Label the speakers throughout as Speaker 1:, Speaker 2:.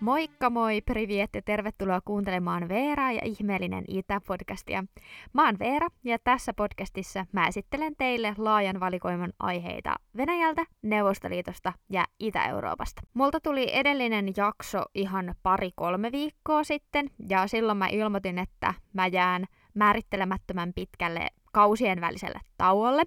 Speaker 1: Moikka moi, priviet ja tervetuloa kuuntelemaan Veeraa ja ihmeellinen Itä-podcastia. Mä oon Veera ja tässä podcastissa mä esittelen teille laajan valikoiman aiheita Venäjältä, Neuvostoliitosta ja Itä-Euroopasta. Multa tuli edellinen jakso ihan 2-3 viikkoa sitten ja silloin mä ilmoitin, että mä jään määrittelemättömän pitkälle kausien väliselle tauolle.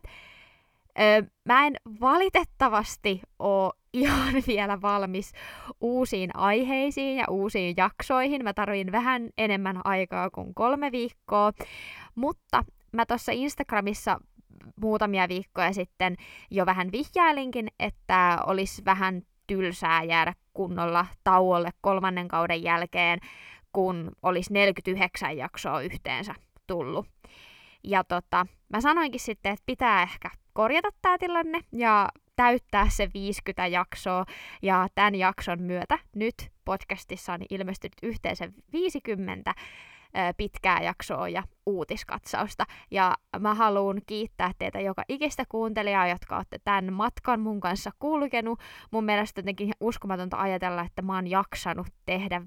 Speaker 1: Mä en valitettavasti ole ihan vielä valmis uusiin aiheisiin ja uusiin jaksoihin. Mä tarvin vähän enemmän aikaa kuin 3 viikkoa, mutta mä tuossa Instagramissa muutamia viikkoja sitten jo vähän vihjailinkin, että olisi vähän tylsää jäädä kunnolla tauolle 3. kauden jälkeen, kun olisi 49 jaksoa yhteensä tullut. Ja mä sanoinkin sitten, että pitää ehkä korjata tämä tilanne ja täyttää se 50 jaksoa. Ja tämän jakson myötä nyt podcastissa on ilmestynyt yhteensä 50 pitkää jaksoa ja uutiskatsausta. Ja mä haluan kiittää teitä joka ikistä kuuntelijaa, jotka olette tämän matkan mun kanssa kulkenut. Mun mielestä jotenkin uskomatonta ajatella, että mä oon jaksanut tehdä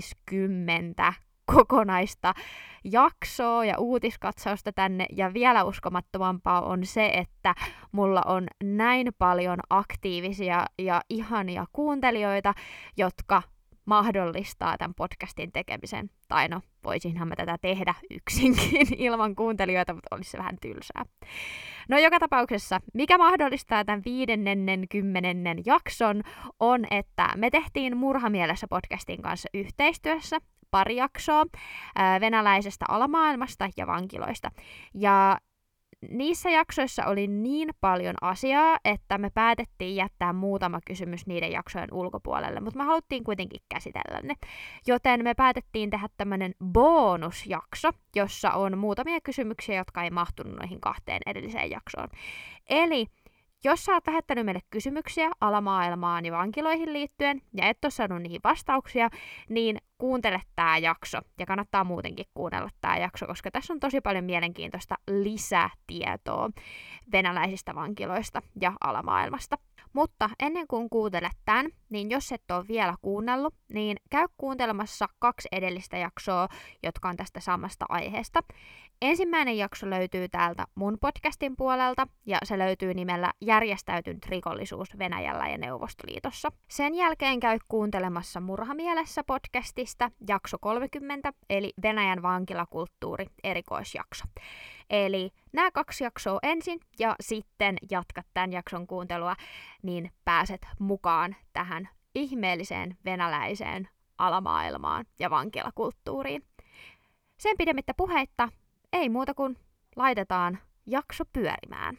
Speaker 1: 50 kokonaista jaksoa ja uutiskatsausta tänne, ja vielä uskomattomampaa on se, että mulla on näin paljon aktiivisia ja ihania kuuntelijoita, jotka mahdollistaa tämän podcastin tekemisen. Tai no, voisinhan mä tätä tehdä yksinkin ilman kuuntelijoita, mutta olisi se vähän tylsää. No joka tapauksessa, mikä mahdollistaa tämän 50. jakson, on, että me tehtiin Murhamielessä podcastin kanssa yhteistyössä 2 jaksoa venäläisestä alamaailmasta ja vankiloista. Ja niissä jaksoissa oli niin paljon asiaa, että me päätettiin jättää muutama kysymys niiden jaksojen ulkopuolelle, mutta me haluttiin kuitenkin käsitellä ne. Joten me päätettiin tehdä tämmönen bonusjakso, jossa on muutamia kysymyksiä, jotka ei mahtunut noihin 2 edelliseen jaksoon. Eli jos sä oot lähettänyt meille kysymyksiä alamaailmaan ja vankiloihin liittyen, ja et ole saanut niihin vastauksia, niin kuuntele tää jakso. Ja kannattaa muutenkin kuunnella tää jakso, koska tässä on tosi paljon mielenkiintoista lisätietoa venäläisistä vankiloista ja alamaailmasta. Mutta ennen kuin kuuntelet tämän, niin jos et ole vielä kuunnellut, niin käy kuuntelemassa 2 edellistä jaksoa, jotka on tästä samasta aiheesta. Ensimmäinen jakso löytyy täältä mun podcastin puolelta, ja se löytyy nimellä Järjestäytynyt rikollisuus Venäjällä ja Neuvostoliitossa. Sen jälkeen käy kuuntelemassa Murhamielessä podcastista jakso 30, eli Venäjän vankilakulttuuri erikoisjakso. Eli nämä 2 jaksoa ensin ja sitten jatkat tämän jakson kuuntelua, niin pääset mukaan tähän ihmeelliseen venäläiseen alamaailmaan ja vankilakulttuuriin. Sen pidemmittä puheitta ei muuta kuin laitetaan jakso pyörimään.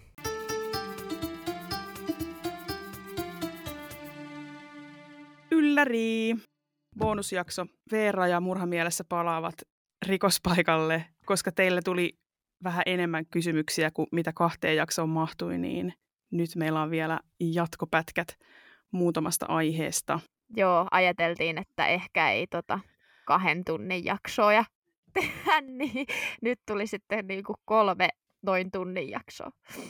Speaker 2: Ylläri! Bonusjakso. Veera ja Murhamielessä palaavat rikospaikalle, koska teille tuli vähän enemmän kysymyksiä kuin mitä 2 jaksoon mahtui, niin nyt meillä on vielä jatkopätkät muutamasta aiheesta.
Speaker 1: Joo, ajateltiin, että ehkä ei 2 tunnin jaksoja tehdä, niin nyt tuli sitten niinku 3 noin tunnin jaksoa.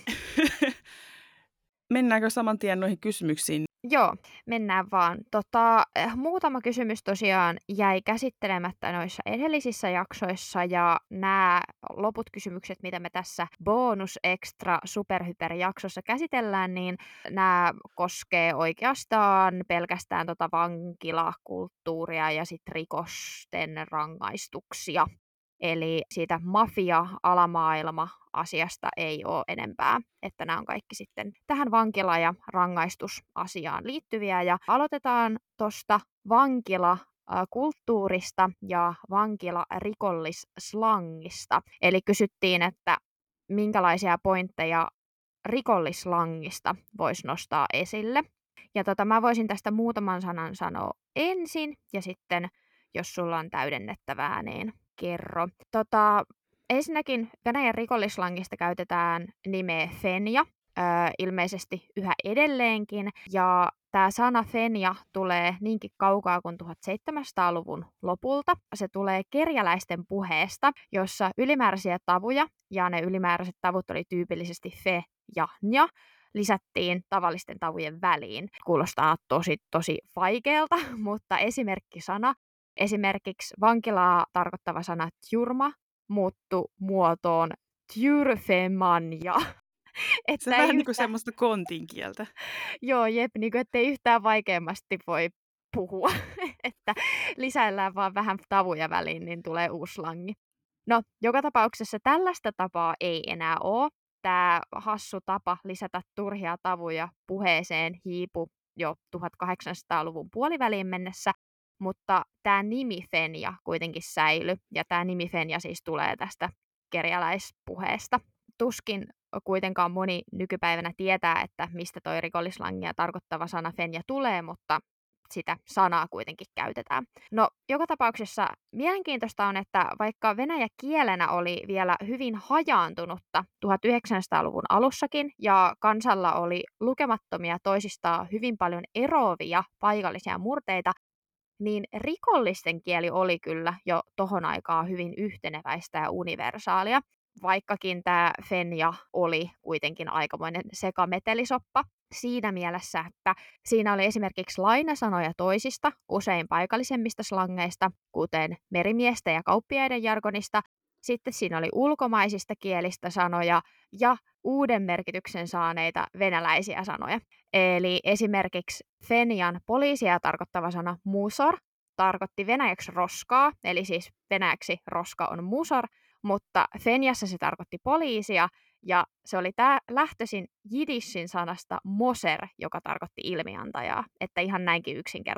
Speaker 2: Mennäänkö saman tien noihin kysymyksiin?
Speaker 1: Joo, mennään vaan. Muutama kysymys tosiaan jäi käsittelemättä noissa edellisissä jaksoissa, ja nämä loput kysymykset, mitä me tässä bonus extra superhyper jaksossa käsitellään, niin nämä koskee oikeastaan pelkästään vankilakulttuuria ja sit rikosten rangaistuksia. Eli siitä mafia-alamaailma-asiasta ei ole enempää, että nämä on kaikki sitten tähän vankila- ja rangaistusasiaan liittyviä. Ja aloitetaan tuosta vankilakulttuurista ja vankilarikollisslangista. Eli kysyttiin, että minkälaisia pointteja rikollislangista voisi nostaa esille. Ja mä voisin tästä muutaman sanan sanoa ensin, ja sitten jos sulla on täydennettävää, niin kerro. Ensinnäkin Venäjän rikollislangista käytetään nimeä Fenja, ilmeisesti yhä edelleenkin, ja tämä sana Fenja tulee niinkin kaukaa kuin 1700-luvun lopulta. Se tulee kerjäläisten puheesta, jossa ylimääräisiä tavuja, ja ne ylimääräiset tavut oli tyypillisesti fe ja nja, lisättiin tavallisten tavujen väliin. Kuulostaa tosi vaikealta, mutta esimerkkisana, esimerkiksi vankilaa tarkoittava sana tjurma muuttui muotoon tjurfemanja.
Speaker 2: Se on vähän niin kuin semmoista kontin kieltä.
Speaker 1: Joo, jep, niin kuin, ettei yhtään vaikeammasti voi puhua, että lisäillään vaan vähän tavuja väliin, niin tulee uusi slangi. No, joka tapauksessa tällaista tapaa ei enää ole. Tämä hassu tapa lisätä turhia tavuja puheeseen hiipui jo 1800-luvun puoliväliin mennessä, mutta tämä nimi Fenja kuitenkin säilyi, ja tämä nimi Fenja siis tulee tästä kerjäläispuheesta. Tuskin kuitenkaan moni nykypäivänä tietää, että mistä toi rikollislangia tarkoittava sana Fenja tulee, mutta sitä sanaa kuitenkin käytetään. No, joka tapauksessa mielenkiintoista on, että vaikka venäjä kielenä oli vielä hyvin hajaantunutta 1900-luvun alussakin, ja kansalla oli lukemattomia toisistaan hyvin paljon eroavia paikallisia murteita, niin rikollisten kieli oli kyllä jo tohon aikaan hyvin yhteneväistä ja universaalia, vaikkakin tämä Fenja oli kuitenkin aikamoinen sekametelisoppa siinä mielessä, että siinä oli esimerkiksi lainasanoja toisista, usein paikallisemmista slangeista, kuten merimiesten ja kauppiaiden jargonista. Sitten siinä oli ulkomaisista kielistä sanoja ja uuden merkityksen saaneita venäläisiä sanoja. Eli esimerkiksi Fenjan poliisia tarkoittava sana musor tarkoitti venäjäksi roskaa, eli siis venäjäksi roska on musor, mutta Fenjassa se tarkoitti poliisia, ja se oli lähtöisin jidishin sanasta moser, joka tarkoitti ilmiantajaa, että ihan näinkin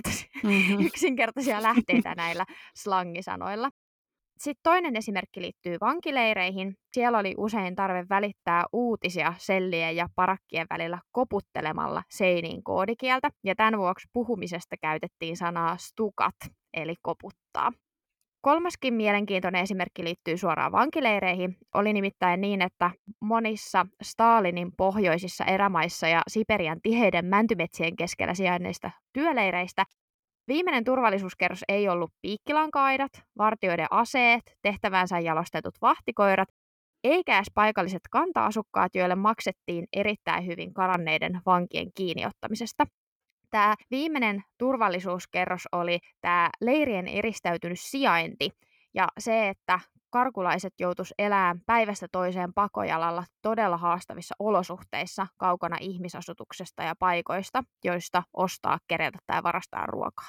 Speaker 1: yksinkertaisia lähteitä näillä slangisanoilla. Sitten toinen esimerkki liittyy vankileireihin. Siellä oli usein tarve välittää uutisia sellien ja parakkien välillä koputtelemalla seiniin koodikieltä, ja tämän vuoksi puhumisesta käytettiin sanaa stukat, eli koputtaa. Kolmaskin mielenkiintoinen esimerkki liittyy suoraan vankileireihin. Oli nimittäin niin, että monissa Stalinin pohjoisissa erämaissa ja Siperian tiheiden mäntymetsien keskellä sijainneista työleireistä viimeinen turvallisuuskerros ei ollut piikkilanka-aidat, vartijoiden aseet, tehtävänsä jalostetut vahtikoirat, eikä edes paikalliset kanta-asukkaat, joille maksettiin erittäin hyvin karanneiden vankien kiinniottamisesta. Tämä viimeinen turvallisuuskerros oli tämä leirien eristäytynyt sijainti ja se, että karkulaiset joutuisivat elämään päivästä toiseen pakojalalla todella haastavissa olosuhteissa kaukana ihmisasutuksesta ja paikoista, joista ostaa, kerätä tai varastaa ruokaa.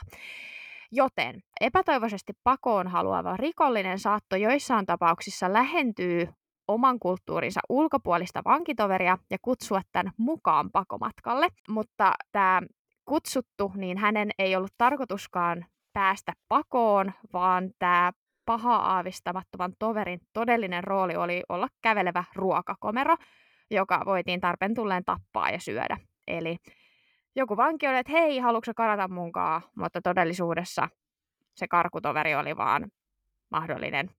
Speaker 1: Joten epätoivoisesti pakoon haluava rikollinen saattoi joissain tapauksissa lähentyä oman kulttuurinsa ulkopuolista vankitoveria ja kutsua tämän mukaan pakomatkalle, mutta tämä kutsuttu, niin hänen ei ollut tarkoituskaan päästä pakoon, vaan tämä paha aavistamattoman toverin todellinen rooli oli olla kävelevä ruokakomero, joka voitiin tarpeen tulleen tappaa ja syödä. Eli joku vanki oli, että hei, haluatko karata munkaan? Mutta todellisuudessa se karkutoveri oli vaan mahdollinen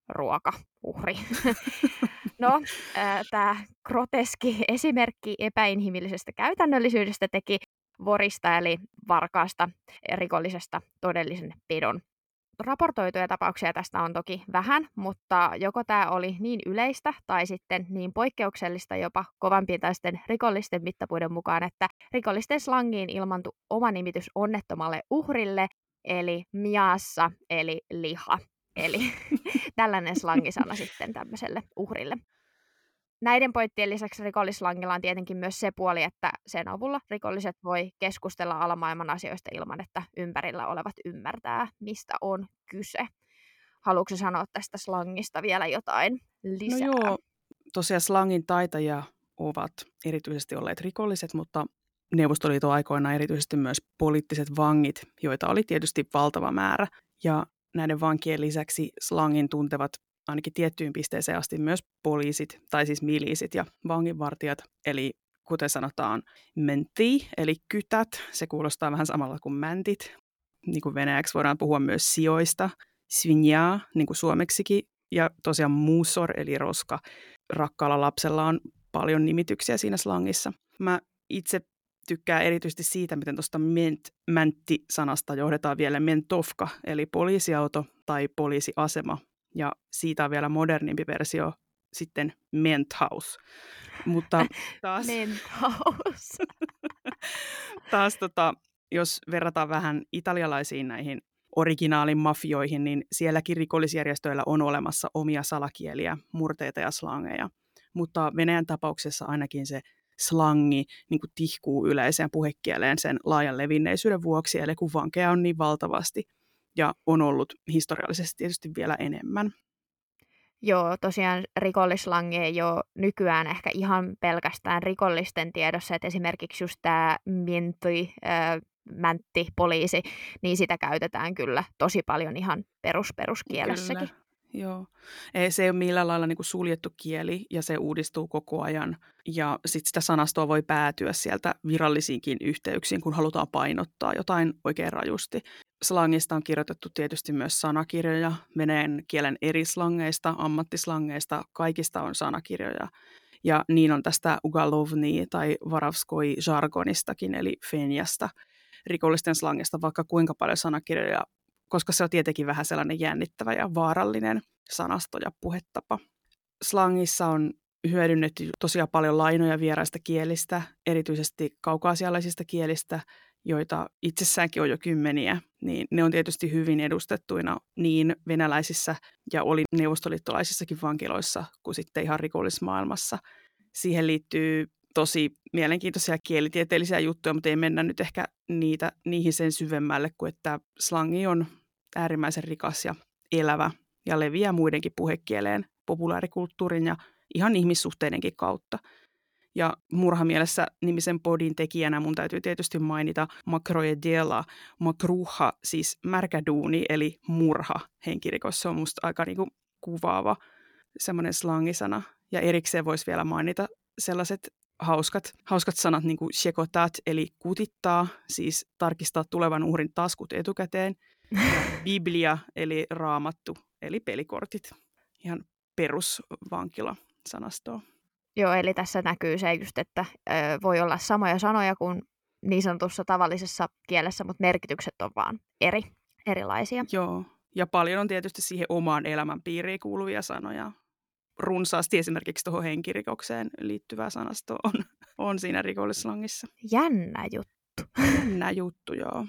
Speaker 1: ruokauhri. No, tämä groteski esimerkki epäinhimillisestä käytännöllisyydestä teki vorista eli varkaasta rikollisesta todellisen pedon. Raportoituja tapauksia tästä on toki vähän, mutta joko tämä oli niin yleistä tai sitten niin poikkeuksellista jopa kovampientaisten rikollisten mittapuiden mukaan, että rikollisten slangiin ilmantui oma nimitys onnettomalle uhrille, eli miassa, eli liha. Eli tällainen slangisana sitten tämmöiselle uhrille. Näiden pointtien lisäksi rikollislangilla on tietenkin myös se puoli, että sen avulla rikolliset voi keskustella alamaailman asioista ilman, että ympärillä olevat ymmärtää, mistä on kyse. Haluatko sanoa tästä slangista vielä jotain lisää?
Speaker 2: No joo, tosiaan slangin taitajia ovat erityisesti olleet rikolliset, mutta Neuvostoliiton aikoina erityisesti myös poliittiset vangit, joita oli tietysti valtava määrä. Ja näiden vankien lisäksi slangin tuntevat ainakin tiettyyn pisteeseen asti myös poliisit, tai siis miliisit ja vanginvartijat, eli kuten sanotaan mentti, eli kytät, se kuulostaa vähän samalla kuin mäntit. Niin kuin venäjäksi voidaan puhua myös sijoista, svinjaa, niin kuin suomeksikin, ja tosiaan musor, eli roska. Rakkaalla lapsella on paljon nimityksiä siinä slangissa. Mä itse tykkään erityisesti siitä, miten tuosta mäntti-sanasta johdetaan vielä mentovka, eli poliisiauto tai poliisiasema. Ja siitä on vielä modernimpi versio sitten menthaus. Mutta taas,
Speaker 1: Menthaus.
Speaker 2: taas jos verrataan vähän italialaisiin näihin originaalin mafioihin, niin sielläkin rikollisjärjestöillä on olemassa omia salakieliä, murteita ja slangeja. Mutta Venäjän tapauksessa ainakin se slangi niin kuin tihkuu yleiseen puhekieleen sen laajan levinneisyyden vuoksi, eli kun vankeja on niin valtavasti ja on ollut historiallisesti tietysti vielä enemmän.
Speaker 1: Joo, tosiaan rikollislangi ei ole nykyään ehkä ihan pelkästään rikollisten tiedossa, että esimerkiksi just tämä mäntti, poliisi, niin sitä käytetään kyllä tosi paljon ihan peruskielessäkin.
Speaker 2: Kyllä. Joo. Se ei ole millään lailla niin kuin suljettu kieli ja se uudistuu koko ajan. Ja sitten sitä sanastoa voi päätyä sieltä virallisiinkin yhteyksiin, kun halutaan painottaa jotain oikein rajusti. Slangista on kirjoitettu tietysti myös sanakirjoja, venäjän kielen eri slangeista, ammattislangeista, kaikista on sanakirjoja. Ja niin on tästä ugalovni tai varavskoi jargonistakin, eli fenjasta, rikollisten slangista, vaikka kuinka paljon sanakirjoja, koska se on tietenkin vähän sellainen jännittävä ja vaarallinen sanasto ja puhetapa. Slangissa on hyödynnetty tosiaan paljon lainoja vieraista kielistä, erityisesti kaukaasialaisista kielistä, joita itsessäänkin on jo kymmeniä, niin ne on tietysti hyvin edustettuina niin venäläisissä ja oli neuvostoliittolaisissakin vankiloissa kuin sitten ihan rikollismaailmassa. Siihen liittyy tosi mielenkiintoisia kielitieteellisiä juttuja, mutta ei mennä nyt ehkä niihin sen syvemmälle, kuin että slangi on äärimmäisen rikas ja elävä ja leviää muidenkin puhekieleen populaarikulttuurin ja ihan ihmissuhteidenkin kautta. Ja Murhamielessä nimisen podin tekijänä mun täytyy tietysti mainita makroedela, makruha, siis märkäduuni, eli murha henkirikos. Se on musta aika niinku kuvaava semmoinen slangisana. Ja erikseen voisi vielä mainita sellaiset hauskat sanat niin kuin shekotat, eli kutittaa, siis tarkistaa tulevan uhrin taskut etukäteen. Ja biblia, eli raamattu, eli pelikortit. Ihan perusvankila-sanastoa.
Speaker 1: Joo, eli tässä näkyy se just, että voi olla samoja sanoja kuin niin sanotussa tavallisessa kielessä, mutta merkitykset on vaan erilaisia.
Speaker 2: Joo, ja paljon on tietysti siihen omaan elämänpiiriin kuuluvia sanoja. Runsaasti esimerkiksi tuohon henkirikokseen liittyvää sanastoa on siinä rikollislangissa.
Speaker 1: Jännä juttu.
Speaker 2: Jännä juttu, joo.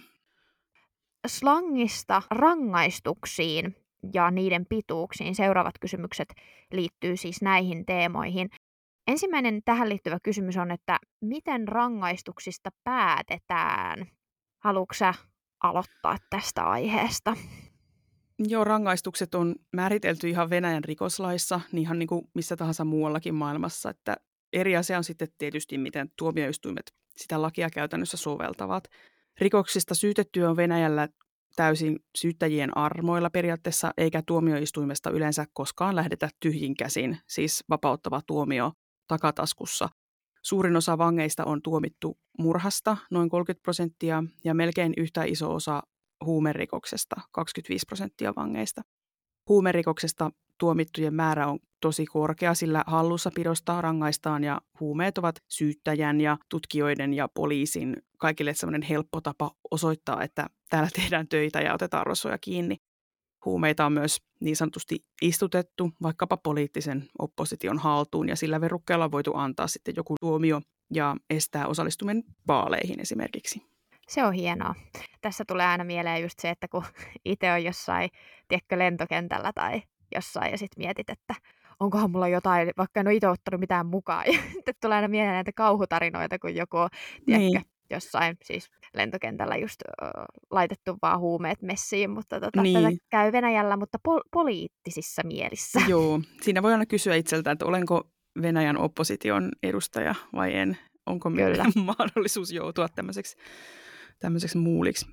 Speaker 1: Slangista rangaistuksiin ja niiden pituuksiin seuraavat kysymykset liittyy siis näihin teemoihin. Ensimmäinen tähän liittyvä kysymys on, että miten rangaistuksista päätetään? Haluatko sä aloittaa tästä aiheesta?
Speaker 2: Joo, rangaistukset on määritelty ihan Venäjän rikoslaissa, ihan niin kuin missä tahansa muuallakin maailmassa. Että eri asia on sitten tietysti, miten tuomioistuimet sitä lakia käytännössä soveltavat. Rikoksista syytetty on Venäjällä täysin syyttäjien armoilla periaatteessa, eikä tuomioistuimesta yleensä koskaan lähdetä tyhjin käsin, siis vapauttava tuomio takataskussa. Suurin osa vangeista on tuomittu murhasta, noin 30%, ja melkein yhtä iso osa huumerikoksesta, 25% vangeista. Huumerikoksesta tuomittujen määrä on tosi korkea, sillä hallussapidosta rangaistaan ja huumeet ovat syyttäjän ja tutkijoiden ja poliisin kaikille sellainen helppo tapa osoittaa, että täällä tehdään töitä ja otetaan rosvoja kiinni. Huumeita on myös niin sanotusti istutettu vaikkapa poliittisen opposition haltuun ja sillä verukkeella on voitu antaa sitten joku tuomio ja estää osallistuminen vaaleihin esimerkiksi.
Speaker 1: Se on hienoa. Tässä tulee aina mieleen just se, että kun itse on jossain, tiedätkö, lentokentällä tai jossain ja sitten mietit, että onkohan mulla jotain, vaikka en ole itse ottanut mitään mukaan. Ja sitten tulee aina mieleen näitä kauhutarinoita, kun joku on, tiedätkö, jossain siis lentokentällä just laitettu vaan huumeet messiin, mutta tätä käy Venäjällä, mutta poliittisissa mielissä.
Speaker 2: Joo, siinä voi aina kysyä itseltä, että olenko Venäjän opposition edustaja vai en. Onko meillä mahdollisuus joutua tämmöiseksi muuliksi?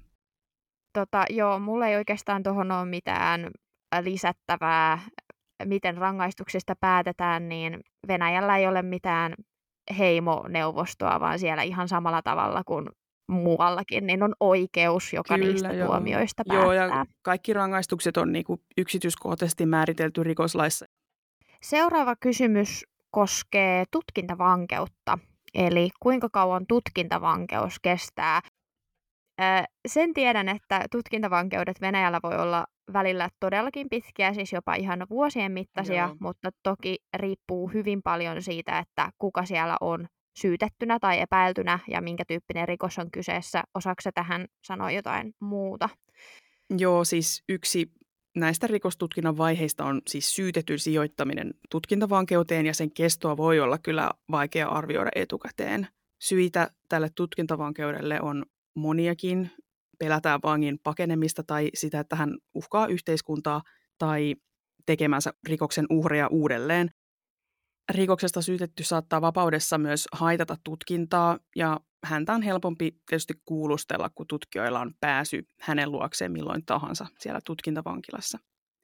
Speaker 1: Joo, mulla ei oikeastaan tuohon ole mitään lisättävää, miten rangaistuksista päätetään, niin Venäjällä ei ole mitään heimoneuvostoa, vaan siellä ihan samalla tavalla kuin muuallakin, niin on oikeus, joka niistä tuomioista päättää.
Speaker 2: Joo, ja kaikki rangaistukset on niinku yksityiskohtaisesti määritelty rikoslaissa.
Speaker 1: Seuraava kysymys koskee tutkintavankeutta, eli kuinka kauan tutkintavankeus kestää. Sen tiedän, että tutkintavankeudet Venäjällä voi olla välillä todellakin pitkiä, siis jopa ihan vuosien mittaisia,
Speaker 2: Joo.
Speaker 1: mutta toki riippuu hyvin paljon siitä, että kuka siellä on syytettynä tai epäiltynä ja minkä tyyppinen rikos on kyseessä. Osaatko sä tähän sanoa jotain muuta?
Speaker 2: Joo, siis yksi näistä rikostutkinnan vaiheista on siis syytetyn sijoittaminen tutkintavankeuteen, ja sen kestoa voi olla kyllä vaikea arvioida etukäteen. Syitä tälle tutkintavankeudelle on moniakin. Pelätään vangin pakenemista tai sitä, että hän uhkaa yhteiskuntaa tai tekemänsä rikoksen uhreja uudelleen. Rikoksesta syytetty saattaa vapaudessa myös haitata tutkintaa, ja häntä on helpompi tietysti kuulustella, kun tutkijoilla on pääsy hänen luokseen milloin tahansa siellä tutkintavankilassa.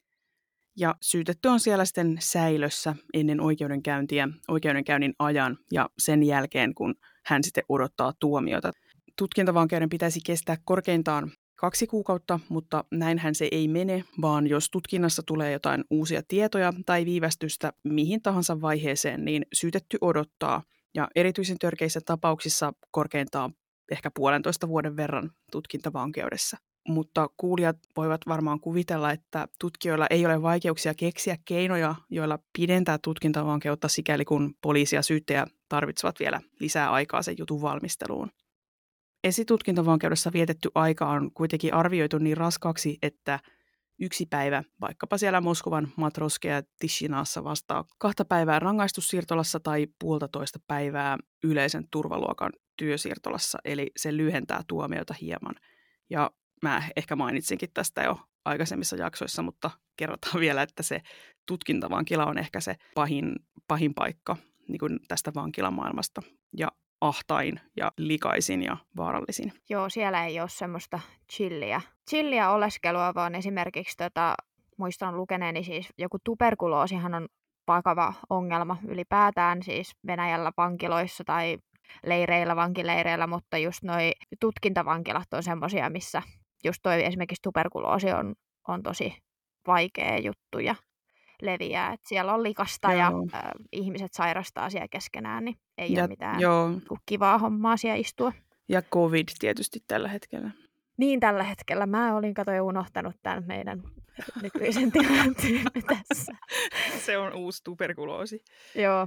Speaker 2: Ja syytetty on siellä sitten säilössä ennen oikeudenkäynnin ajan ja sen jälkeen, kun hän sitten odottaa tuomiota. Tutkintavankeuden pitäisi kestää korkeintaan 2 kuukautta, mutta näinhän se ei mene, vaan jos tutkinnassa tulee jotain uusia tietoja tai viivästystä mihin tahansa vaiheeseen, niin syytetty odottaa, ja erityisen törkeissä tapauksissa korkeintaan ehkä 1,5 vuoden verran tutkintavankeudessa. Mutta kuulijat voivat varmaan kuvitella, että tutkijoilla ei ole vaikeuksia keksiä keinoja, joilla pidentää tutkintavankeutta sikäli kun poliisi ja syyttäjä tarvitsevat vielä lisää aikaa sen jutun valmisteluun. Esitutkintavankeudessa vietetty aika on kuitenkin arvioitu niin raskaaksi, että 1 päivä vaikkapa siellä Moskovan Matroske ja Tishinassa vastaa 2 päivää rangaistussiirtolassa tai 1,5 päivää yleisen turvaluokan työsiirtolassa, eli se lyhentää tuomiota hieman. Ja mä ehkä mainitsinkin tästä jo aikaisemmissa jaksoissa, mutta kerrotaan vielä, että se tutkintavankila on ehkä se pahin paikka niin kuin tästä vankilamaailmasta. Ja ahtain ja likaisin ja vaarallisin.
Speaker 1: Joo, siellä ei ole semmoista chilliä oleskelua, vaan esimerkiksi muistan lukeneeni siis joku tuberkuloosihan on vakava ongelma ylipäätään siis Venäjällä vankiloissa tai vankileireillä, mutta just noi tutkintavankilat on semmoisia, missä just toi esimerkiksi tuberkuloosi on tosi vaikea juttu ja leviää. Et siellä on likasta ja ihmiset sairastaa siellä keskenään, niin ei ole mitään kivaa hommaa siellä istua.
Speaker 2: Ja COVID tietysti tällä hetkellä.
Speaker 1: Niin tällä hetkellä. Mä olin jo unohtanut tämän meidän nykyisen tilanteen tässä.
Speaker 2: Se on uusi tuberkuloosi.
Speaker 1: Joo.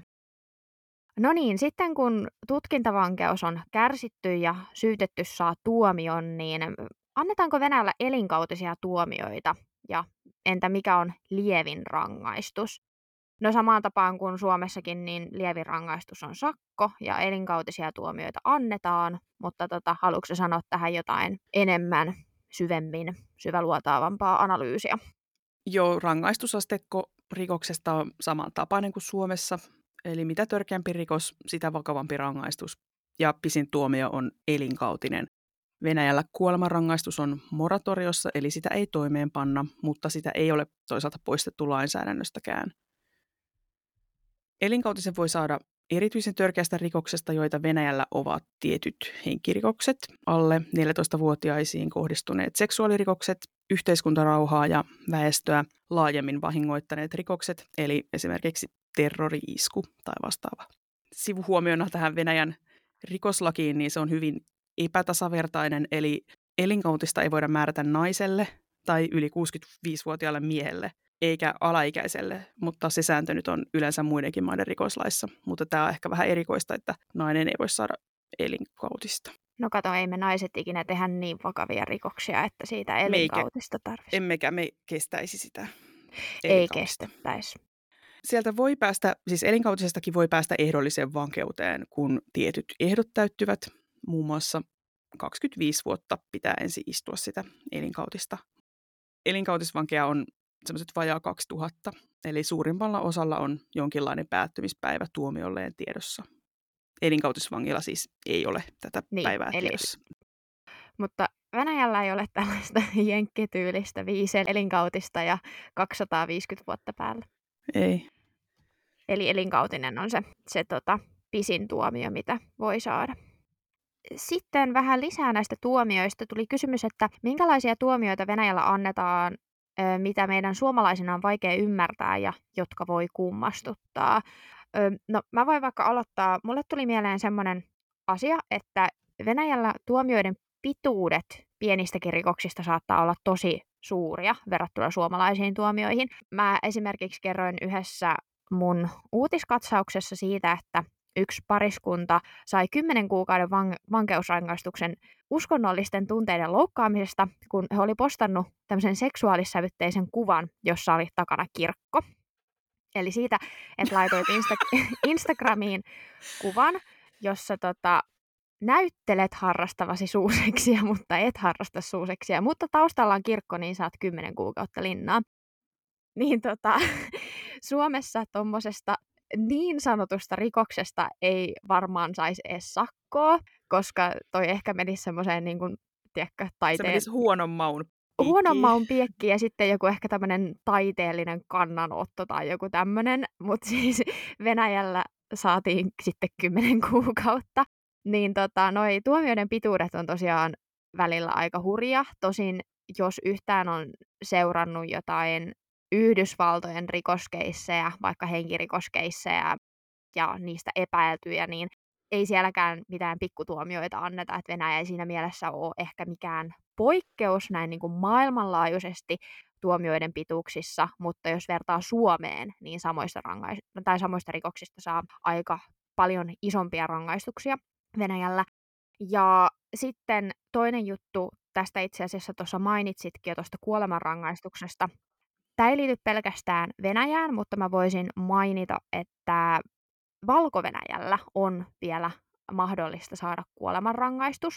Speaker 1: No niin, sitten kun tutkintavankeus on kärsitty ja syytetty saa tuomion, niin annetaanko Venäjällä elinkautisia tuomioita? Ja entä mikä on lievin rangaistus? No samaan tapaan kuin Suomessakin, niin lievin rangaistus on sakko ja elinkautisia tuomioita annetaan, mutta haluatko sanoa tähän jotain enemmän, syvemmin, syväluotaavampaa analyysiä?
Speaker 2: Joo, rangaistusasteikko rikoksesta on samantapainen kuin Suomessa, eli mitä törkeämpi rikos, sitä vakavampi rangaistus, ja pisin tuomio on elinkautinen. Venäjällä kuolemanrangaistus on moratoriossa, eli sitä ei toimeenpanna, mutta sitä ei ole toisaalta poistettu lainsäädännöstäkään. Elinkautisen voi saada erityisen törkeästä rikoksesta, joita Venäjällä ovat tietyt henkirikokset, alle 14-vuotiaisiin kohdistuneet seksuaalirikokset, yhteiskuntarauhaa ja väestöä laajemmin vahingoittaneet rikokset, eli esimerkiksi terrori-isku tai vastaava. Sivuhuomiona tähän Venäjän rikoslakiin, niin se on hyvin epätasavertainen, eli elinkautista ei voida määrätä naiselle tai yli 65-vuotiaalle miehelle, eikä alaikäiselle, mutta se sääntö nyt on yleensä muidenkin maiden rikoslaissa. Mutta tämä on ehkä vähän erikoista, että nainen ei voi saada elinkautista.
Speaker 1: No kato, ei me naiset ikinä tehdä niin vakavia rikoksia, että siitä elinkautista tarvitsisi.
Speaker 2: Emmekä me kestäisi sitä.
Speaker 1: Ei kestettäisi.
Speaker 2: Sieltä voi päästä, siis elinkautisestakin voi päästä ehdolliseen vankeuteen, kun tietyt ehdot täyttyvät. Muun muassa 25 vuotta pitää ensin istua sitä elinkautista. Elinkautisvankeja on sellaiset vajaa 2000, eli suurimmalla osalla on jonkinlainen päättymispäivä tuomiolleen tiedossa. Elinkautisvangilla siis ei ole tätä päivää tiedossa.
Speaker 1: Mutta Venäjällä ei ole tällaista jenkkityylistä 5 elinkautista ja 250 vuotta päällä.
Speaker 2: Ei.
Speaker 1: Eli elinkautinen on se pisin tuomio, mitä voi saada. Sitten vähän lisää näistä tuomioista tuli kysymys, että minkälaisia tuomioita Venäjällä annetaan, mitä meidän suomalaisina on vaikea ymmärtää ja jotka voi kummastuttaa. No mä voin vaikka aloittaa. Mulle tuli mieleen semmoinen asia, että Venäjällä tuomioiden pituudet pienistäkin rikoksista saattaa olla tosi suuria verrattuna suomalaisiin tuomioihin. Mä esimerkiksi kerroin yhdessä mun uutiskatsauksessa siitä, että yksi pariskunta sai 10 kuukauden vankeusrangaistuksen uskonnollisten tunteiden loukkaamisesta, kun he oli postannut tämmöisen seksuaalissävytteisen kuvan, jossa oli takana kirkko. Eli siitä, että laitoit Instagramiin kuvan, jossa näyttelet harrastavasi suuseksia, mutta et harrasta suuseksia, mutta taustalla on kirkko, niin saat 10 kuukautta linnaa. Niin Suomessa tommosesta niin sanotusta rikoksesta ei varmaan saisi edes sakkoa, koska toi ehkä menisi semmoiseen niin kuin, tiedätkö,
Speaker 2: Se menisi huonon
Speaker 1: maun piekkiin ja sitten joku ehkä tämmöinen taiteellinen kannanotto tai joku tämmöinen, mutta siis Venäjällä saatiin sitten 10 kuukautta. Niin noi tuomioiden pituudet on tosiaan välillä aika hurja. Tosin jos yhtään on seurannut jotain Yhdysvaltojen rikoskeissejä, vaikka henkirikoskeissejä ja niistä epäiltyjä, niin ei sielläkään mitään pikkutuomioita anneta, että Venäjä ei siinä mielessä ole ehkä mikään poikkeus näin niin kuin maailmanlaajuisesti tuomioiden pituuksissa, mutta jos vertaa Suomeen, niin samoista rikoksista saa aika paljon isompia rangaistuksia Venäjällä. Ja sitten toinen juttu, tästä itse asiassa tuossa mainitsitkin jo tuosta kuolemanrangaistuksesta. Tämä ei liity pelkästään Venäjään, mutta mä voisin mainita, että Valko-Venäjällä on vielä mahdollista saada kuolemanrangaistus.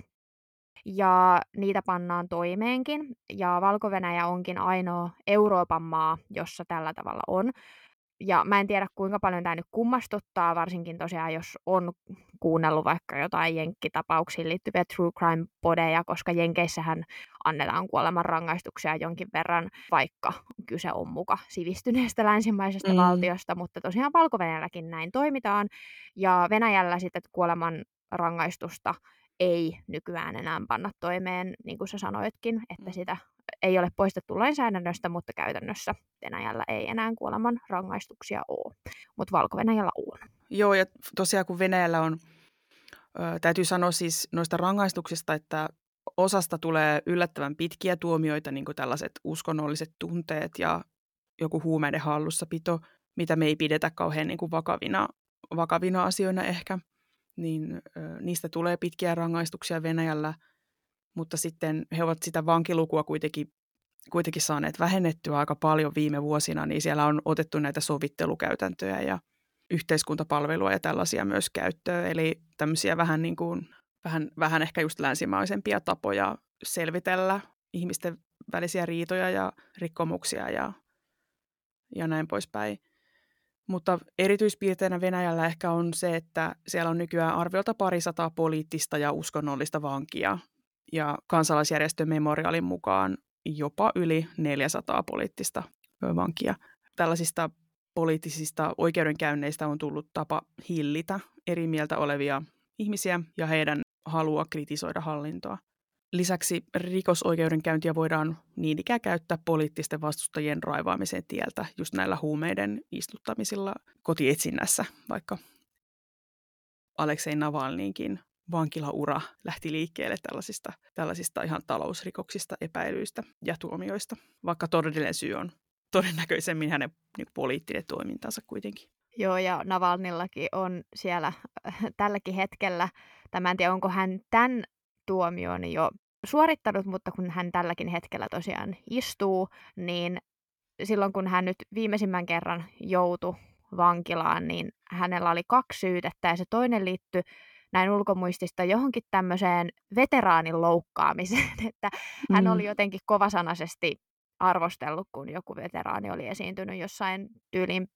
Speaker 1: Ja niitä pannaan toimeenkin. Ja Valko-Venäjä onkin ainoa Euroopan maa, jossa tällä tavalla on. Ja mä en tiedä, kuinka paljon tämä nyt kummastuttaa, varsinkin tosiaan, jos on kuunnellut vaikka jotain jenkkitapauksiin liittyviä true crime-podeja, koska Jenkeissähän annetaan kuolemanrangaistuksia jonkin verran, vaikka kyse on muka sivistyneestä länsimaisesta valtiosta, mutta tosiaan Valko-Venäjälläkin näin toimitaan. Ja Venäjällä sitten kuolemanrangaistusta ei nykyään enää panna toimeen, niin kuin sä sanoitkin, että sitä ei ole poistettu lainsäädännöstä, mutta käytännössä Venäjällä ei enää kuoleman rangaistuksia ole, mutta Valko-Venäjällä on.
Speaker 2: Joo, ja tosiaan kun Venäjällä on, täytyy sanoa siis noista rangaistuksista, että osasta tulee yllättävän pitkiä tuomioita, niin kuin tällaiset uskonnolliset tunteet ja joku huumeiden hallussapito, mitä me ei pidetä kauhean niin kuin vakavina asioina ehkä, niin niistä tulee pitkiä rangaistuksia Venäjällä, mutta sitten he ovat sitä vankilukua kuitenkin saaneet vähennettyä aika paljon viime vuosina, niin siellä on otettu näitä sovittelukäytäntöjä ja yhteiskuntapalvelua ja tällaisia myös käyttöön. Eli tämmöisiä vähän ehkä just länsimaisempia tapoja selvitellä ihmisten välisiä riitoja ja rikkomuksia ja näin poispäin. Mutta erityispiirteinä Venäjällä ehkä on se, että siellä on nykyään arviolta 200 poliittista ja uskonnollista vankia. Ja kansalaisjärjestö Memorialin mukaan jopa yli 400 poliittista vankia. Tällaisista poliittisista oikeudenkäynneistä on tullut tapa hillitä eri mieltä olevia ihmisiä ja heidän halua kritisoida hallintoa. Lisäksi rikosoikeudenkäyntiä voidaan niin ikään käyttää poliittisten vastustajien raivaamisen tieltä just näillä huumeiden istuttamisilla kotietsinnässä, vaikka Aleksei Navalnyinkin vankilaura lähti liikkeelle tällaisista ihan talousrikoksista, epäilyistä ja tuomioista, vaikka todellinen syy on todennäköisemmin hänen poliittinen toimintansa kuitenkin.
Speaker 1: Joo, ja Navalnillakin on siellä tälläkin hetkellä, mä en tiedä onko hän tämän tuomion jo suorittanut, mutta kun hän tälläkin hetkellä tosiaan istuu, niin silloin kun hän nyt viimeisimmän kerran joutui vankilaan, niin hänellä oli 2 syytettä ja se toinen liittyi näin ulkomuistista johonkin tämmöiseen veteraanin loukkaamiseen, että hän oli jotenkin kovasanaisesti arvostellut, kun joku veteraani oli esiintynyt jossain tyylin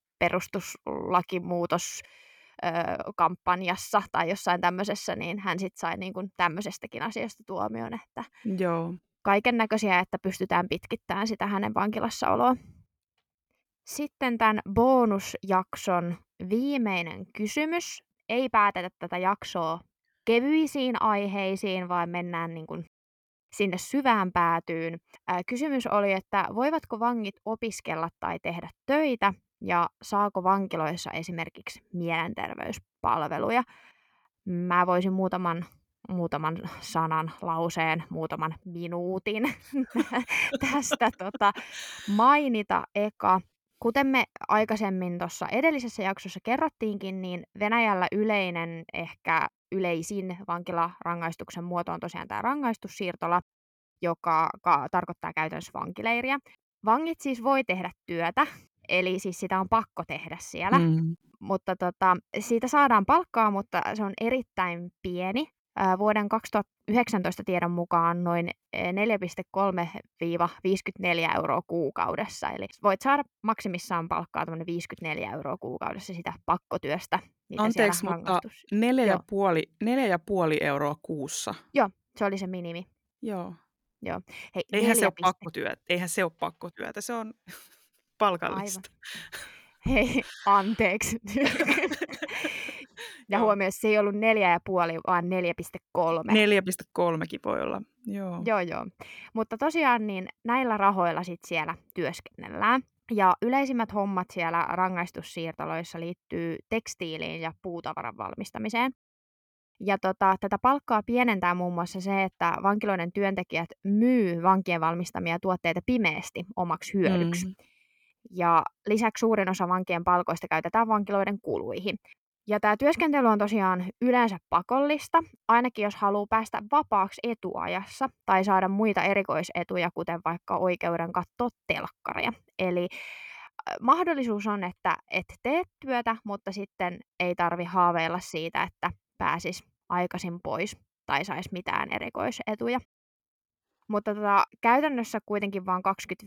Speaker 1: perustuslakimuutoskampanjassa tai jossain tämmöisessä, niin hän sitten sai niin kuin tämmöisestäkin asiasta tuomion, että kaiken näköisiä, että pystytään pitkittämään sitä hänen vankilassaoloa. Sitten tämän bonusjakson viimeinen kysymys. Ei päätetä tätä jaksoa kevyisiin aiheisiin, vaan mennään niin kuin sinne syvään päätyyn. Kysymys oli, että voivatko vangit opiskella tai tehdä töitä ja saako vankiloissa esimerkiksi mielenterveyspalveluja? Mä voisin muutaman muutaman sanan, lauseen, muutaman minuutin tästä mainita eka. Kuten me aikaisemmin tuossa edellisessä jaksossa kerrottiinkin, niin Venäjällä yleinen, ehkä yleisin vankilarangaistuksen muoto on tosiaan tämä rangaistussiirtola, joka tarkoittaa käytännössä vankileiriä. Vangit siis voi tehdä työtä, eli siis sitä on pakko tehdä siellä, mutta siitä saadaan palkkaa, mutta se on erittäin pieni. Vuoden 2019 tiedon mukaan noin 4,3-54 euroa kuukaudessa. Eli voit saada maksimissaan palkkaa 54 euroa kuukaudessa sitä pakkotyöstä.
Speaker 2: Anteeksi, mutta 4,5 euroa kuussa.
Speaker 1: Joo, se oli se minimi.
Speaker 2: Joo.
Speaker 1: Hei,
Speaker 2: Eihän se ole pakkotyötä, se on palkallista.
Speaker 1: Aivan. Hei, anteeksi. Ja huomioon, se ei ollut 4,5, vaan 4,3.
Speaker 2: 4,3kin voi olla, joo.
Speaker 1: Joo. Mutta tosiaan niin näillä rahoilla sit siellä työskennellään. Ja yleisimmät hommat siellä rangaistussiirtoloissa liittyy tekstiiliin ja puutavaran valmistamiseen. Ja tätä palkkaa pienentää muun muassa se, että vankiloiden työntekijät myy vankien valmistamia tuotteita pimeästi omaksi hyödyksi. Ja lisäksi suurin osa vankien palkoista käytetään vankiloiden kuluihin. Ja tämä työskentely on tosiaan yleensä pakollista, ainakin jos haluaa päästä vapaaksi etuajassa tai saada muita erikoisetuja, kuten vaikka oikeuden katsoa telkkaria. Eli mahdollisuus on, että et tee työtä, mutta sitten ei tarvi haaveilla siitä, että pääsisi aikaisin pois tai saisi mitään erikoisetuja. Mutta käytännössä kuitenkin vain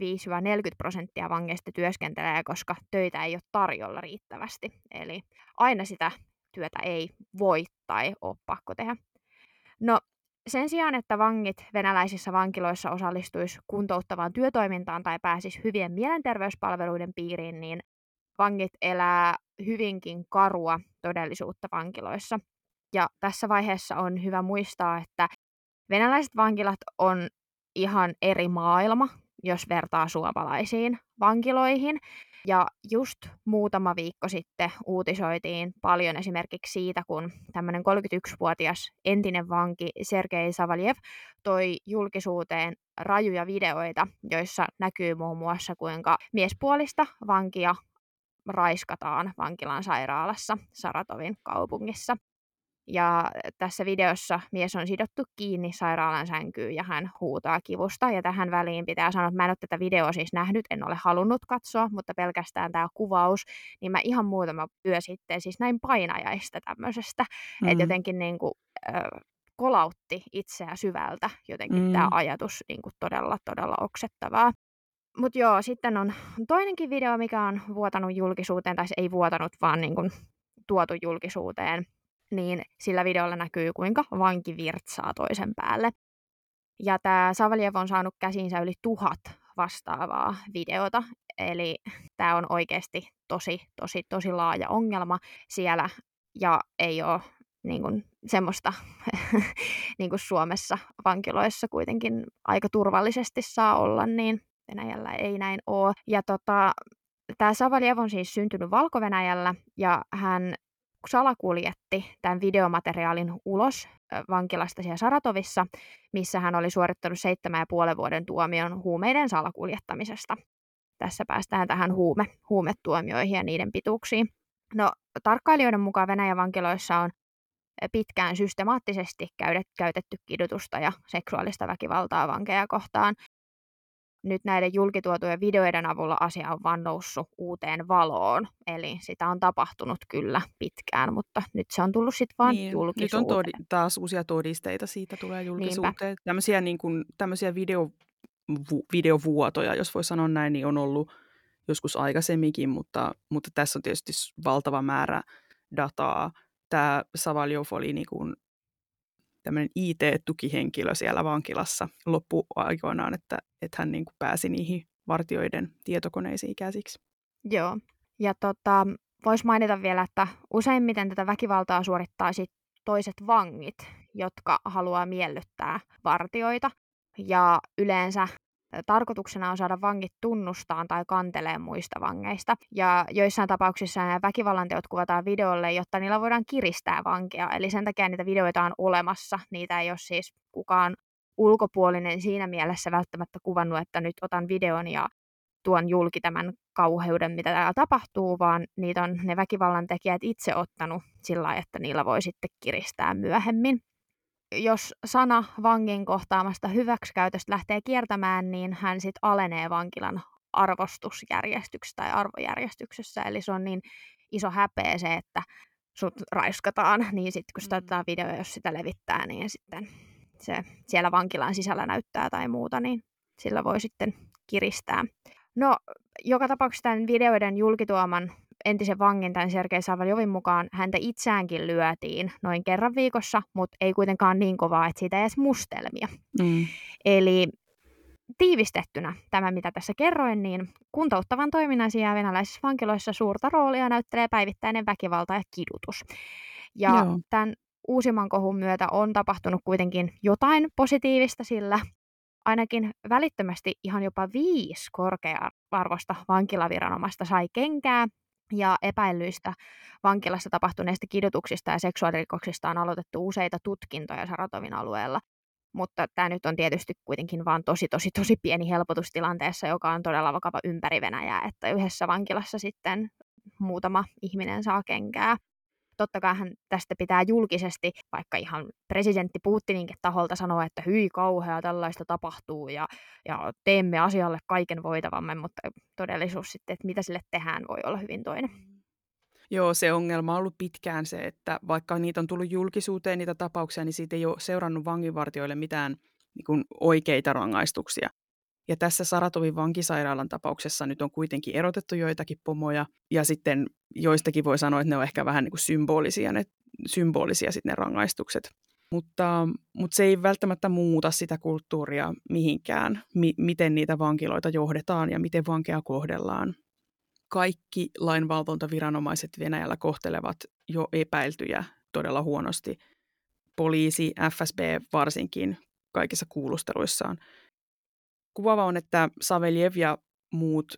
Speaker 1: 25-40% vangeista työskentelee, koska töitä ei ole tarjolla riittävästi. Eli aina sitä työtä ei voi tai ole pakko tehdä. No sen sijaan, että vangit venäläisissä vankiloissa osallistuisi kuntouttavaan työtoimintaan tai pääsisi hyvien mielenterveyspalveluiden piiriin, niin vangit elää hyvinkin karua todellisuutta vankiloissa. Ja tässä vaiheessa on hyvä muistaa, että venäläiset vankilat on ihan eri maailma, jos vertaa suomalaisiin vankiloihin. Ja just muutama viikko sitten uutisoitiin paljon esimerkiksi siitä, kun tämmöinen 31-vuotias entinen vanki Sergei Savaljev toi julkisuuteen rajuja videoita, joissa näkyy muun muassa, kuinka miespuolista vankia raiskataan vankilan sairaalassa Saratovin kaupungissa. Ja tässä videossa mies on sidottu kiinni sairaalan sänkyyn ja hän huutaa kivusta. Ja tähän väliin pitää sanoa, että mä en ole tätä videoa siis nähnyt, en ole halunnut katsoa, mutta pelkästään tämä kuvaus, niin mä ihan muutama yö sitten siis näin painajaista tämmöisestä. Että jotenkin niin kuin, kolautti itseä syvältä jotenkin tämä ajatus niin kuin todella oksettavaa. Mutta joo, sitten on toinenkin video, mikä on vuotanut julkisuuteen, tai se ei vuotanut, vaan niin kuin tuotu julkisuuteen. Niin sillä videolla näkyy, kuinka vanki virtsaa toisen päälle. Ja tämä Savaljev on saanut käsiinsä yli 1000 vastaavaa videota, eli tämä on oikeasti tosi laaja ongelma siellä, ja ei ole niin kuin semmoista, niin kuin Suomessa vankiloissa kuitenkin aika turvallisesti saa olla, niin Venäjällä ei näin ole. Ja tämä Savaljev on siis syntynyt Valko-Venäjällä, ja hän salakuljetti tämän videomateriaalin ulos vankilasta siellä Saratovissa, missä hän oli suorittanut 7,5 vuoden tuomion huumeiden salakuljettamisesta. Tässä päästään tähän huumetuomioihin ja niiden pituuksiin. No, tarkkailijoiden mukaan Venäjän vankiloissa on pitkään systemaattisesti käytetty kidutusta ja seksuaalista väkivaltaa vankeja kohtaan. Nyt näiden julkituotujen videoiden avulla asia on vaan noussut uuteen valoon. Eli sitä on tapahtunut kyllä pitkään, mutta nyt se on tullut sitten vaan julkisuuteen.
Speaker 2: Nyt on taas uusia todisteita, siitä tulee julkisuuteen. Tämmöisiä videovuotoja, jos voi sanoa näin, niin on ollut joskus aikaisemminkin, mutta tässä on tietysti valtava määrä dataa. Tämä Savaljev oli niin kuin tämmöinen IT-tukihenkilö siellä vankilassa loppuaikoinaan, että hän niin kuin pääsi niihin vartijoiden tietokoneisiin käsiksi.
Speaker 1: Joo, ja voisi mainita vielä, että useimmiten tätä väkivaltaa suorittaa toiset vangit, jotka haluaa miellyttää vartijoita. Ja yleensä tarkoituksena on saada vangit tunnustaan tai kanteleen muista vangeista. Ja joissain tapauksissa nämä väkivallanteot kuvataan videolle, jotta niillä voidaan kiristää vankia. Eli sen takia niitä videoita on olemassa. Niitä ei ole siis kukaan ulkopuolinen siinä mielessä välttämättä kuvannut, että nyt otan videon ja tuon julki tämän kauheuden, mitä täällä tapahtuu, vaan niitä on ne väkivallantekijät itse ottanut sillä lailla, että niillä voi sitten kiristää myöhemmin. Jos sana vangin kohtaamasta hyväksikäytöstä lähtee kiertämään, niin hän sitten alenee vankilan arvostusjärjestyksessä tai arvojärjestyksessä. Eli se on niin iso häpeä se, että sut raiskataan, niin sitten kun sitä otetaan video, jos sitä levittää, niin sitten se siellä vankilan sisällä näyttää tai muuta, niin sillä voi sitten kiristää. No, joka tapauksessa tämän videoiden julkituoman entisen vangin, tämän Sergei Savaljovin mukaan, häntä itseäänkin lyötiin noin kerran viikossa, mutta ei kuitenkaan niin kovaa, että siitä ei edes mustelmia. Eli tiivistettynä tämä, mitä tässä kerroin, niin kuntouttavan toiminnan sijaan venäläisissä vankiloissa suurta roolia näyttelee päivittäinen väkivalta ja kidutus. Ja tämän uusimman kohun myötä on tapahtunut kuitenkin jotain positiivista, sillä ainakin välittömästi ihan jopa 5 korkea-arvoista vankilaviranomaista sai kenkää, ja epäilyistä vankilassa tapahtuneista kidutuksista ja seksuaalirikoksista on aloitettu useita tutkintoja Saratovin alueella. Mutta tämä nyt on tietysti kuitenkin vain tosi pieni helpotustilanteessa, joka on todella vakava ympäri Venäjää, että yhdessä vankilassa sitten muutama ihminen saa kenkää. Totta kai hän tästä pitää julkisesti, vaikka ihan presidentti Putininkin taholta sanoa, että hyi kauhea, tällaista tapahtuu ja teemme asialle kaiken voitavamme, mutta todellisuus sitten, että mitä sille tehdään, voi olla hyvin toinen.
Speaker 2: Joo, se ongelma on ollut pitkään se, että vaikka niitä on tullut julkisuuteen niitä tapauksia, niin siitä ei ole seurannut vanginvartijoille mitään niin kuin oikeita rangaistuksia. Ja tässä Saratovin vankisairaalan tapauksessa nyt on kuitenkin erotettu joitakin pomoja, ja sitten joistakin voi sanoa, että ne on ehkä vähän niin kuin symbolisia sitten ne rangaistukset. Mutta se ei välttämättä muuta sitä kulttuuria mihinkään, miten niitä vankiloita johdetaan ja miten vankeja kohdellaan. Kaikki lainvalvontaviranomaiset Venäjällä kohtelevat jo epäiltyjä todella huonosti. Poliisi, FSB varsinkin kaikissa kuulusteluissaan. Kuvaava on, että Saveljev ja muut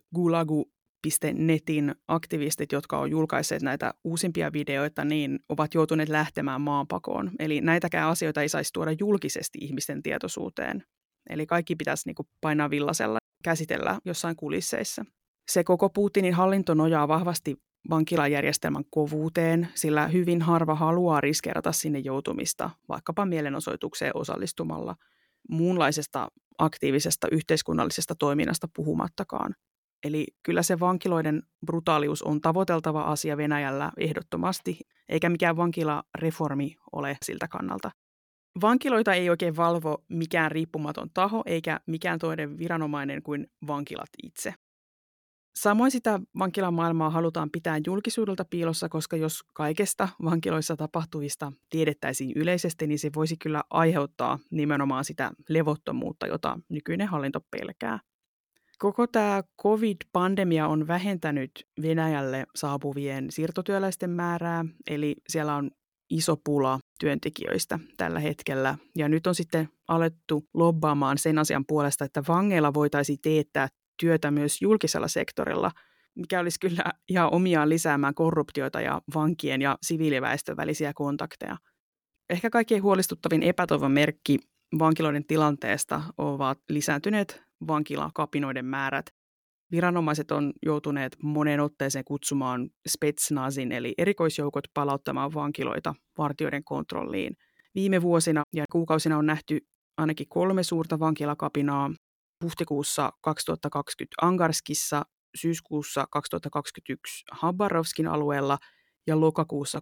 Speaker 2: Gulagu.netin aktivistit, jotka on julkaisseet näitä uusimpia videoita, niin ovat joutuneet lähtemään maanpakoon. Eli näitäkään asioita ei saisi tuoda julkisesti ihmisten tietoisuuteen. Eli kaikki pitäisi niin kuin painaa villasella, käsitellä jossain kulisseissa. Se koko Putinin hallinto nojaa vahvasti vankilajärjestelmän kovuuteen, sillä hyvin harva haluaa riskeerata sinne joutumista, vaikkapa mielenosoitukseen osallistumalla. Muunlaisesta aktiivisesta yhteiskunnallisesta toiminnasta puhumattakaan. Eli kyllä se vankiloiden brutaalius on tavoiteltava asia Venäjällä ehdottomasti, eikä mikään vankilareformi ole siltä kannalta. Vankiloita ei oikein valvo mikään riippumaton taho, eikä mikään toinen viranomainen kuin vankilat itse. Samoin sitä vankilamaailmaa halutaan pitää julkisuudelta piilossa, koska jos kaikesta vankiloissa tapahtuvista tiedettäisiin yleisesti, niin se voisi kyllä aiheuttaa nimenomaan sitä levottomuutta, jota nykyinen hallinto pelkää. Koko tämä COVID-pandemia on vähentänyt Venäjälle saapuvien siirtotyöläisten määrää, eli siellä on iso pula työntekijöistä tällä hetkellä. Ja nyt on sitten alettu lobbaamaan sen asian puolesta, että vangeilla voitaisiin teettää työtä myös julkisella sektorilla, mikä olisi kyllä ihan omiaan lisäämään korruptiota ja vankien ja siviiliväestön välisiä kontakteja. Ehkä kaikkein huolestuttavin epätoivon merkki vankiloiden tilanteesta ovat lisääntyneet vankilakapinoiden määrät. Viranomaiset on joutuneet moneen otteeseen kutsumaan spetsnazin eli erikoisjoukot palauttamaan vankiloita vartijoiden kontrolliin. Viime vuosina ja kuukausina on nähty ainakin 3 suurta vankilakapinaa. Huhtikuussa 2020 Angarskissa, syyskuussa 2021 Habarovskin alueella ja lokakuussa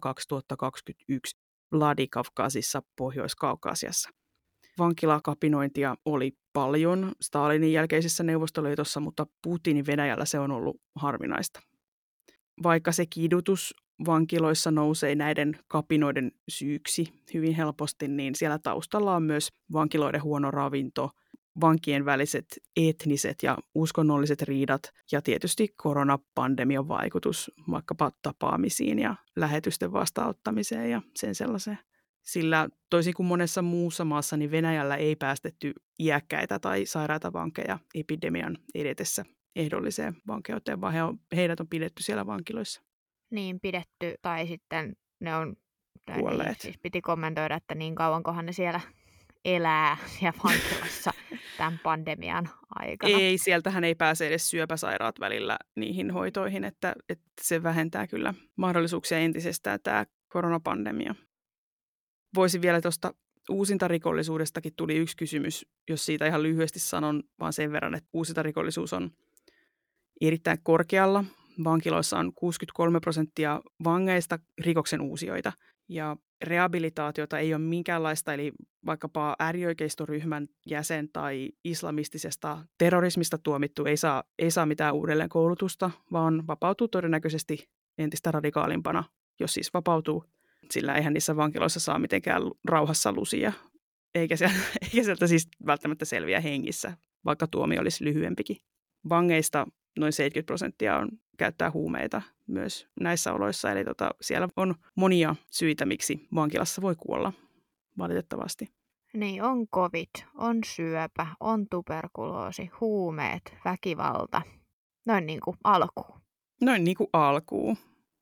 Speaker 2: 2021 Vladikavkazissa Pohjois-Kaukasiassa. Vankilakapinointia oli paljon Stalinin jälkeisessä Neuvostoliitossa, mutta Putinin Venäjällä se on ollut harvinaista. Vaikka se kidutus vankiloissa nousee näiden kapinoiden syyksi hyvin helposti, niin siellä taustalla on myös vankiloiden huono ravinto, vankien väliset etniset ja uskonnolliset riidat ja tietysti koronapandemian vaikutus vaikkapa tapaamisiin ja lähetysten vastaanottamiseen ja sen sellaiseen. Sillä toisin kuin monessa muussa maassa, niin Venäjällä ei päästetty iäkkäitä tai sairaita vankeja epidemian edetessä ehdolliseen vankeuteen, vaan heidät on pidetty siellä vankiloissa.
Speaker 1: Niin pidetty, tai sitten ne on
Speaker 2: Kuolleet.
Speaker 1: Niin, siis piti kommentoida, että niin kauankohan ne siellä elää siellä vankilassa tämän pandemian aikana.
Speaker 2: Ei, sieltähän ei pääse edes syöpäsairaat välillä niihin hoitoihin, että se vähentää kyllä mahdollisuuksia entisestään tämä koronapandemia. Voisin vielä tuosta uusintarikollisuudestakin tuli yksi kysymys, jos siitä ihan lyhyesti sanon, vaan sen verran, että uusintarikollisuus on erittäin korkealla. Vankiloissa on 63% vangeista rikoksen uusijoita ja rehabilitaatiota ei ole minkäänlaista, eli vaikkapa äärioikeistoryhmän jäsen tai islamistisesta terrorismista tuomittu ei saa mitään uudelleen koulutusta, vaan vapautuu todennäköisesti entistä radikaalimpana, jos siis vapautuu. Sillä eihän niissä vankiloissa saa mitenkään rauhassa lusia, eikä sieltä siis välttämättä selviä hengissä, vaikka tuomio olisi lyhyempikin. Vangeista noin 70% käyttää huumeita myös näissä oloissa, eli siellä on monia syitä, miksi vankilassa voi kuolla valitettavasti.
Speaker 1: Niin, on covid, on syöpä, on tuberkuloosi, huumeet, väkivalta. Noin niin kuin alkuun.
Speaker 2: Noin niin kuin alkuun.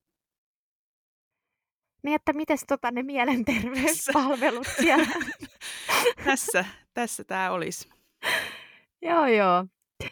Speaker 1: Niin, että mites ne mielenterveyspalvelut siellä?
Speaker 2: Tässä tämä olisi.
Speaker 1: Joo.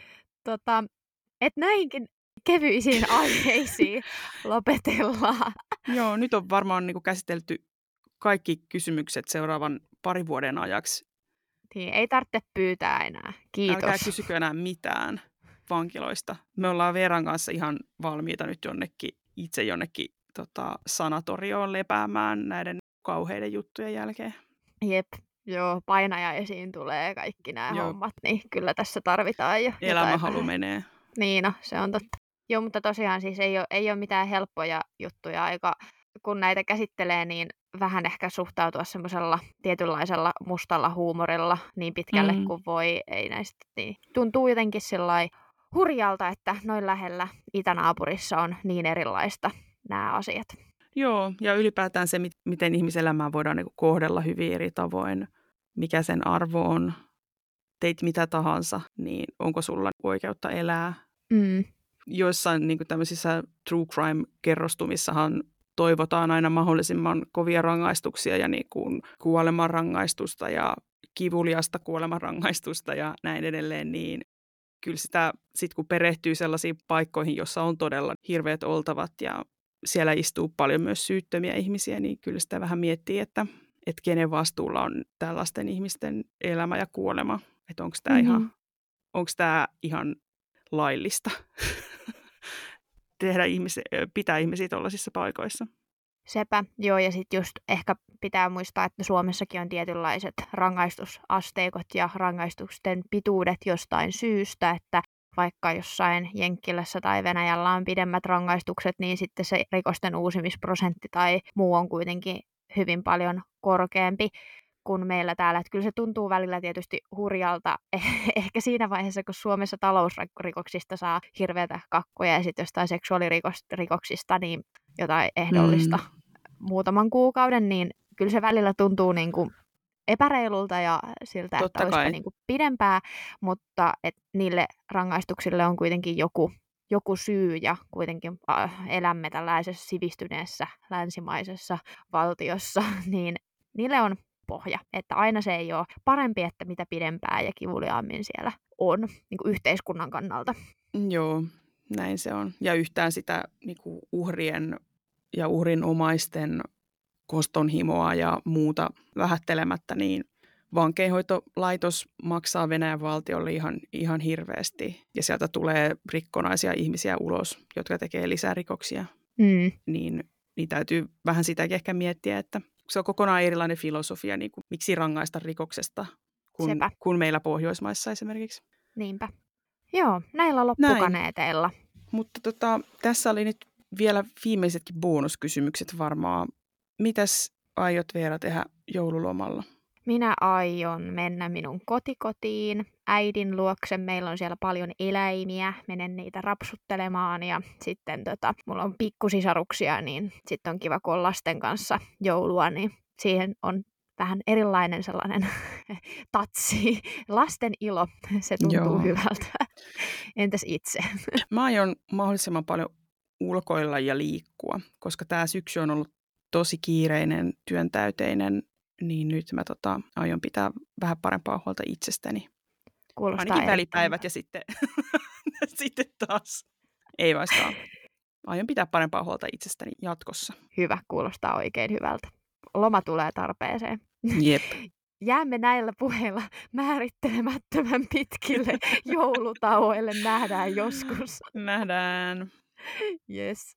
Speaker 1: Et näinkin kevyisiin aiheisiin lopetellaan.
Speaker 2: Joo, nyt on varmaan niin kuin käsitelty kaikki kysymykset seuraavan 2 vuoden ajaksi.
Speaker 1: Niin, ei tarvitse pyytää enää. Kiitos.
Speaker 2: Älkää kysykö enää mitään vankiloista. Me ollaan Veeran kanssa ihan valmiita nyt itse jonnekin sanatorioon lepäämään näiden kauheiden juttujen jälkeen.
Speaker 1: Jep, joo, painaja esiin tulee kaikki nämä hommat, niin kyllä tässä tarvitaan jo.
Speaker 2: Elämänhalu menee.
Speaker 1: Niin, no, se on totta. Joo, mutta tosiaan siis ei ole mitään helppoja juttuja, kun näitä käsittelee, niin vähän ehkä suhtautua semmoisella tietynlaisella mustalla huumorilla niin pitkälle kuin voi. Ei näistä, niin. Tuntuu jotenkin sillai hurjalta, että noin lähellä itänaapurissa on niin erilaista nämä asiat.
Speaker 2: Joo, ja ylipäätään se, miten ihmiselämää voidaan niin kuin kohdella hyvin eri tavoin, mikä sen arvo on, teit mitä tahansa, niin onko sulla oikeutta elää. Joissain niin kuin tämmöisissä true crime-kerrostumissahan toivotaan aina mahdollisimman kovia rangaistuksia ja niin kuin kuolemanrangaistusta ja kivuliasta kuolemanrangaistusta ja näin edelleen, niin kyllä sitä sitten kun perehtyy sellaisiin paikkoihin, jossa on todella hirveät oltavat ja siellä istuu paljon myös syyttömiä ihmisiä, niin kyllä sitä vähän miettii, että kenen vastuulla on tällaisten ihmisten elämä ja kuolema. Että onko tämä ihan laillista pitää ihmisiä tuollaisissa paikoissa.
Speaker 1: Sepä, joo, ja sitten just ehkä pitää muistaa, että Suomessakin on tietynlaiset rangaistusasteikot ja rangaistusten pituudet jostain syystä, että vaikka jossain Jenkkilässä tai Venäjällä on pidemmät rangaistukset, niin sitten se rikosten uusimisprosentti tai muu on kuitenkin hyvin paljon korkeampi kuin meillä täällä. Että kyllä se tuntuu välillä tietysti hurjalta, ehkä siinä vaiheessa, kun Suomessa talousrikoksista saa hirveätä kakkoja ja sitten jostain seksuaalirikoksista niin jotain ehdollista muutaman kuukauden, niin kyllä se välillä tuntuu niin kuin epäreilulta ja siltä,
Speaker 2: Totta
Speaker 1: että olisipa niin kuin pidempää, mutta niille rangaistuksille on kuitenkin joku syy ja kuitenkin elämme tällaisessa sivistyneessä länsimaisessa valtiossa, niin niille on pohja, että aina se ei ole parempi, että mitä pidempää ja kivuliaammin siellä on niin kuin yhteiskunnan kannalta.
Speaker 2: Joo, näin se on. Ja yhtään sitä niin kuin uhrien ja uhrin omaisten kostonhimoa ja muuta vähättelemättä, niin vankeinhoitolaitos maksaa Venäjän valtiolle ihan hirveästi. Ja sieltä tulee rikkonaisia ihmisiä ulos, jotka tekee lisää rikoksia. Niin täytyy vähän sitäkin ehkä miettiä, että se on kokonaan erilainen filosofia, niin kuin miksi rangaista rikoksesta kuin meillä Pohjoismaissa esimerkiksi.
Speaker 1: Niinpä. Joo, näillä loppukaneeteilla.
Speaker 2: Mutta tässä oli nyt vielä viimeisetkin bonuskysymykset varmaan. Mitäs aiot Veera tehdä joululomalla?
Speaker 1: Minä aion mennä minun kotikotiin äidin luokse. Meillä on siellä paljon eläimiä. Menen niitä rapsuttelemaan ja sitten mulla on pikkusisaruksia, niin sitten on kiva, kun on lasten kanssa joulua, niin siihen on vähän erilainen sellainen tatsi. Lasten ilo, se tuntuu hyvältä. Entäs itse?
Speaker 2: Mä aion mahdollisimman paljon ulkoilla ja liikkua, koska tämä syksy on ollut tosi kiireinen, työntäyteinen, niin nyt mä aion pitää vähän parempaa huolta itsestäni.
Speaker 1: Kuulostaa
Speaker 2: ainakin välipäivät ja sitten, sitten taas ei vastaan. Aion pitää parempaa huolta itsestäni jatkossa.
Speaker 1: Hyvä, kuulostaa oikein hyvältä. Loma tulee tarpeeseen.
Speaker 2: Jep.
Speaker 1: Jäämme näillä puheilla määrittelemättömän pitkille joulutauoille. Nähdään joskus.
Speaker 2: Nähdään.
Speaker 1: Yes.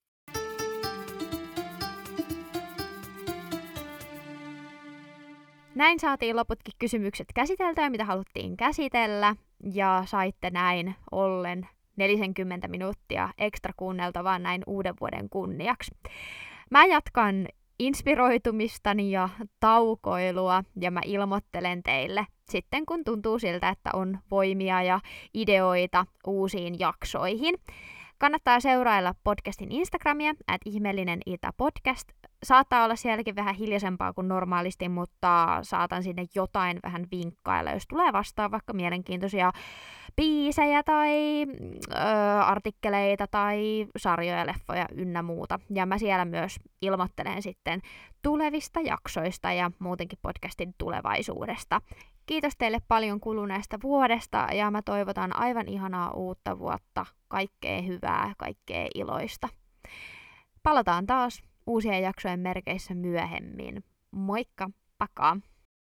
Speaker 1: Näin saatiin loputkin kysymykset käsiteltyä, mitä haluttiin käsitellä. Ja saitte näin ollen 40 minuuttia ekstra kuunneltavaa näin uuden vuoden kunniaksi. Mä jatkan inspiroitumistani ja taukoilua ja mä ilmoittelen teille sitten, kun tuntuu siltä, että on voimia ja ideoita uusiin jaksoihin. Kannattaa seurailla podcastin Instagramia, @ihmeellinenitapodcast. Saattaa olla sielläkin vähän hiljaisempaa kuin normaalisti, mutta saatan sinne jotain vähän vinkkailla, jos tulee vastaan vaikka mielenkiintoisia biisejä tai artikkeleita tai sarjoja, leffoja ynnä muuta. Ja mä siellä myös ilmoittelen sitten tulevista jaksoista ja muutenkin podcastin tulevaisuudesta. Kiitos teille paljon kuluneesta vuodesta ja mä toivotan aivan ihanaa uutta vuotta. Kaikkea hyvää, kaikkea iloista. Palataan taas uusien jaksojen merkeissä myöhemmin. Moikka, pakaa!